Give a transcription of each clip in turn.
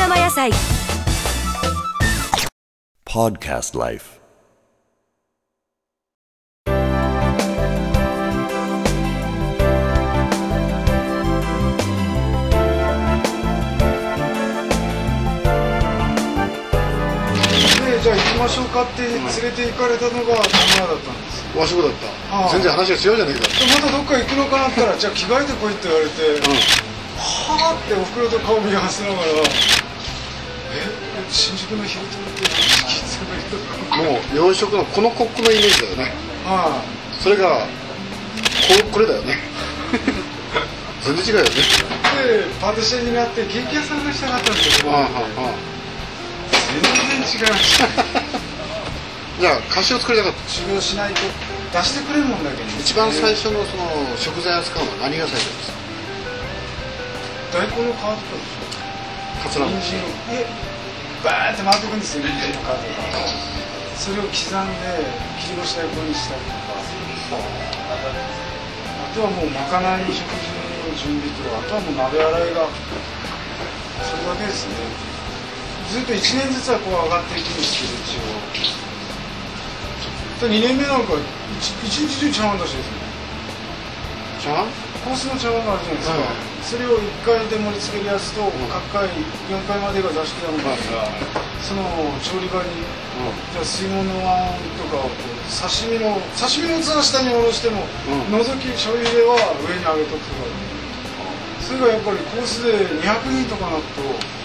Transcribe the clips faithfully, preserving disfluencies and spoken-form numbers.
生野菜。 Podcast Life。 じゃあ行きましょうかって連れて行かれたのが田村だったんですよ。 和食だった。全然話が違うじゃないか。 またどっか行くのかなったらじゃあ着替えてこいって言われて、うん、はあっておふくろと顔見合わせながら、え新宿のヒルトンって聞いてたんだけど、もう洋食のこのコップのイメージだよね。はあ、それがここれだよね。全然違うよね。 でパティシエになってケーキ屋さんがしたかったんですけど、はあはあ、全然違いました。 じゃあ菓子を作りたかった。 修行しないと出してくれるもんだけど、ね、 一番最初のその食材を使うのは何が最初ですか？ 大根の皮とかでしょ。 かつらの人参をえバーって回っていくんですよ、人参の皮とか。それを刻んで切り干し大根にしたりとか、あとはもうまかない食事の準備と、あとはもう鍋洗いがそれだけですね。ずっといちねんずつはこう上がっていくんですけど、一応にねんめなんか一日中茶碗出しですね。 茶碗？ コースの茶碗があるじゃないですか、はい、それをいっかいで盛り付けるやつと、うん、各回よんかいまでが座敷なのが、はい、その調理場に、うん、じゃあ水物のあんとかをこう刺身の刺身の器は下に下ろしても、うん、覗き醤油入れは上に上げとくとか、それがやっぱりコースでにひゃくにんとかなると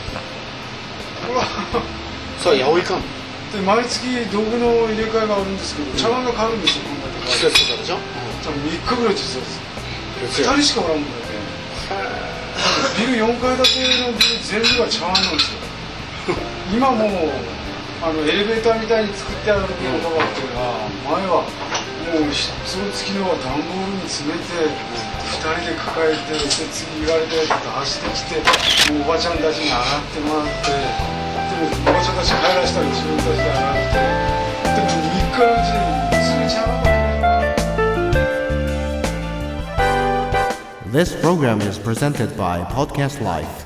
それは八百いかんで毎月道具の入れ替えがあるんですけど、うん、茶碗が変わるんですよ。 季節とかでしょ、うん、 多分みっかぐらい実はですふたりしかおらんもんだよね。ビルよんかい建てのビル全部が茶碗なんですよ。今もうあのエレベーターみたいに作ってあるビルとかっていうのは、前はもう一つ付きのは段ボールに詰めてふたりで抱えて、で次言われたやつと走ってきて、もうおばちゃんたちに洗ってもらって、でもおばちゃんたち帰らしたら自分たちで洗って、でもみっかのうちにすぐ茶碗が。 This program is presented by Podcast Life.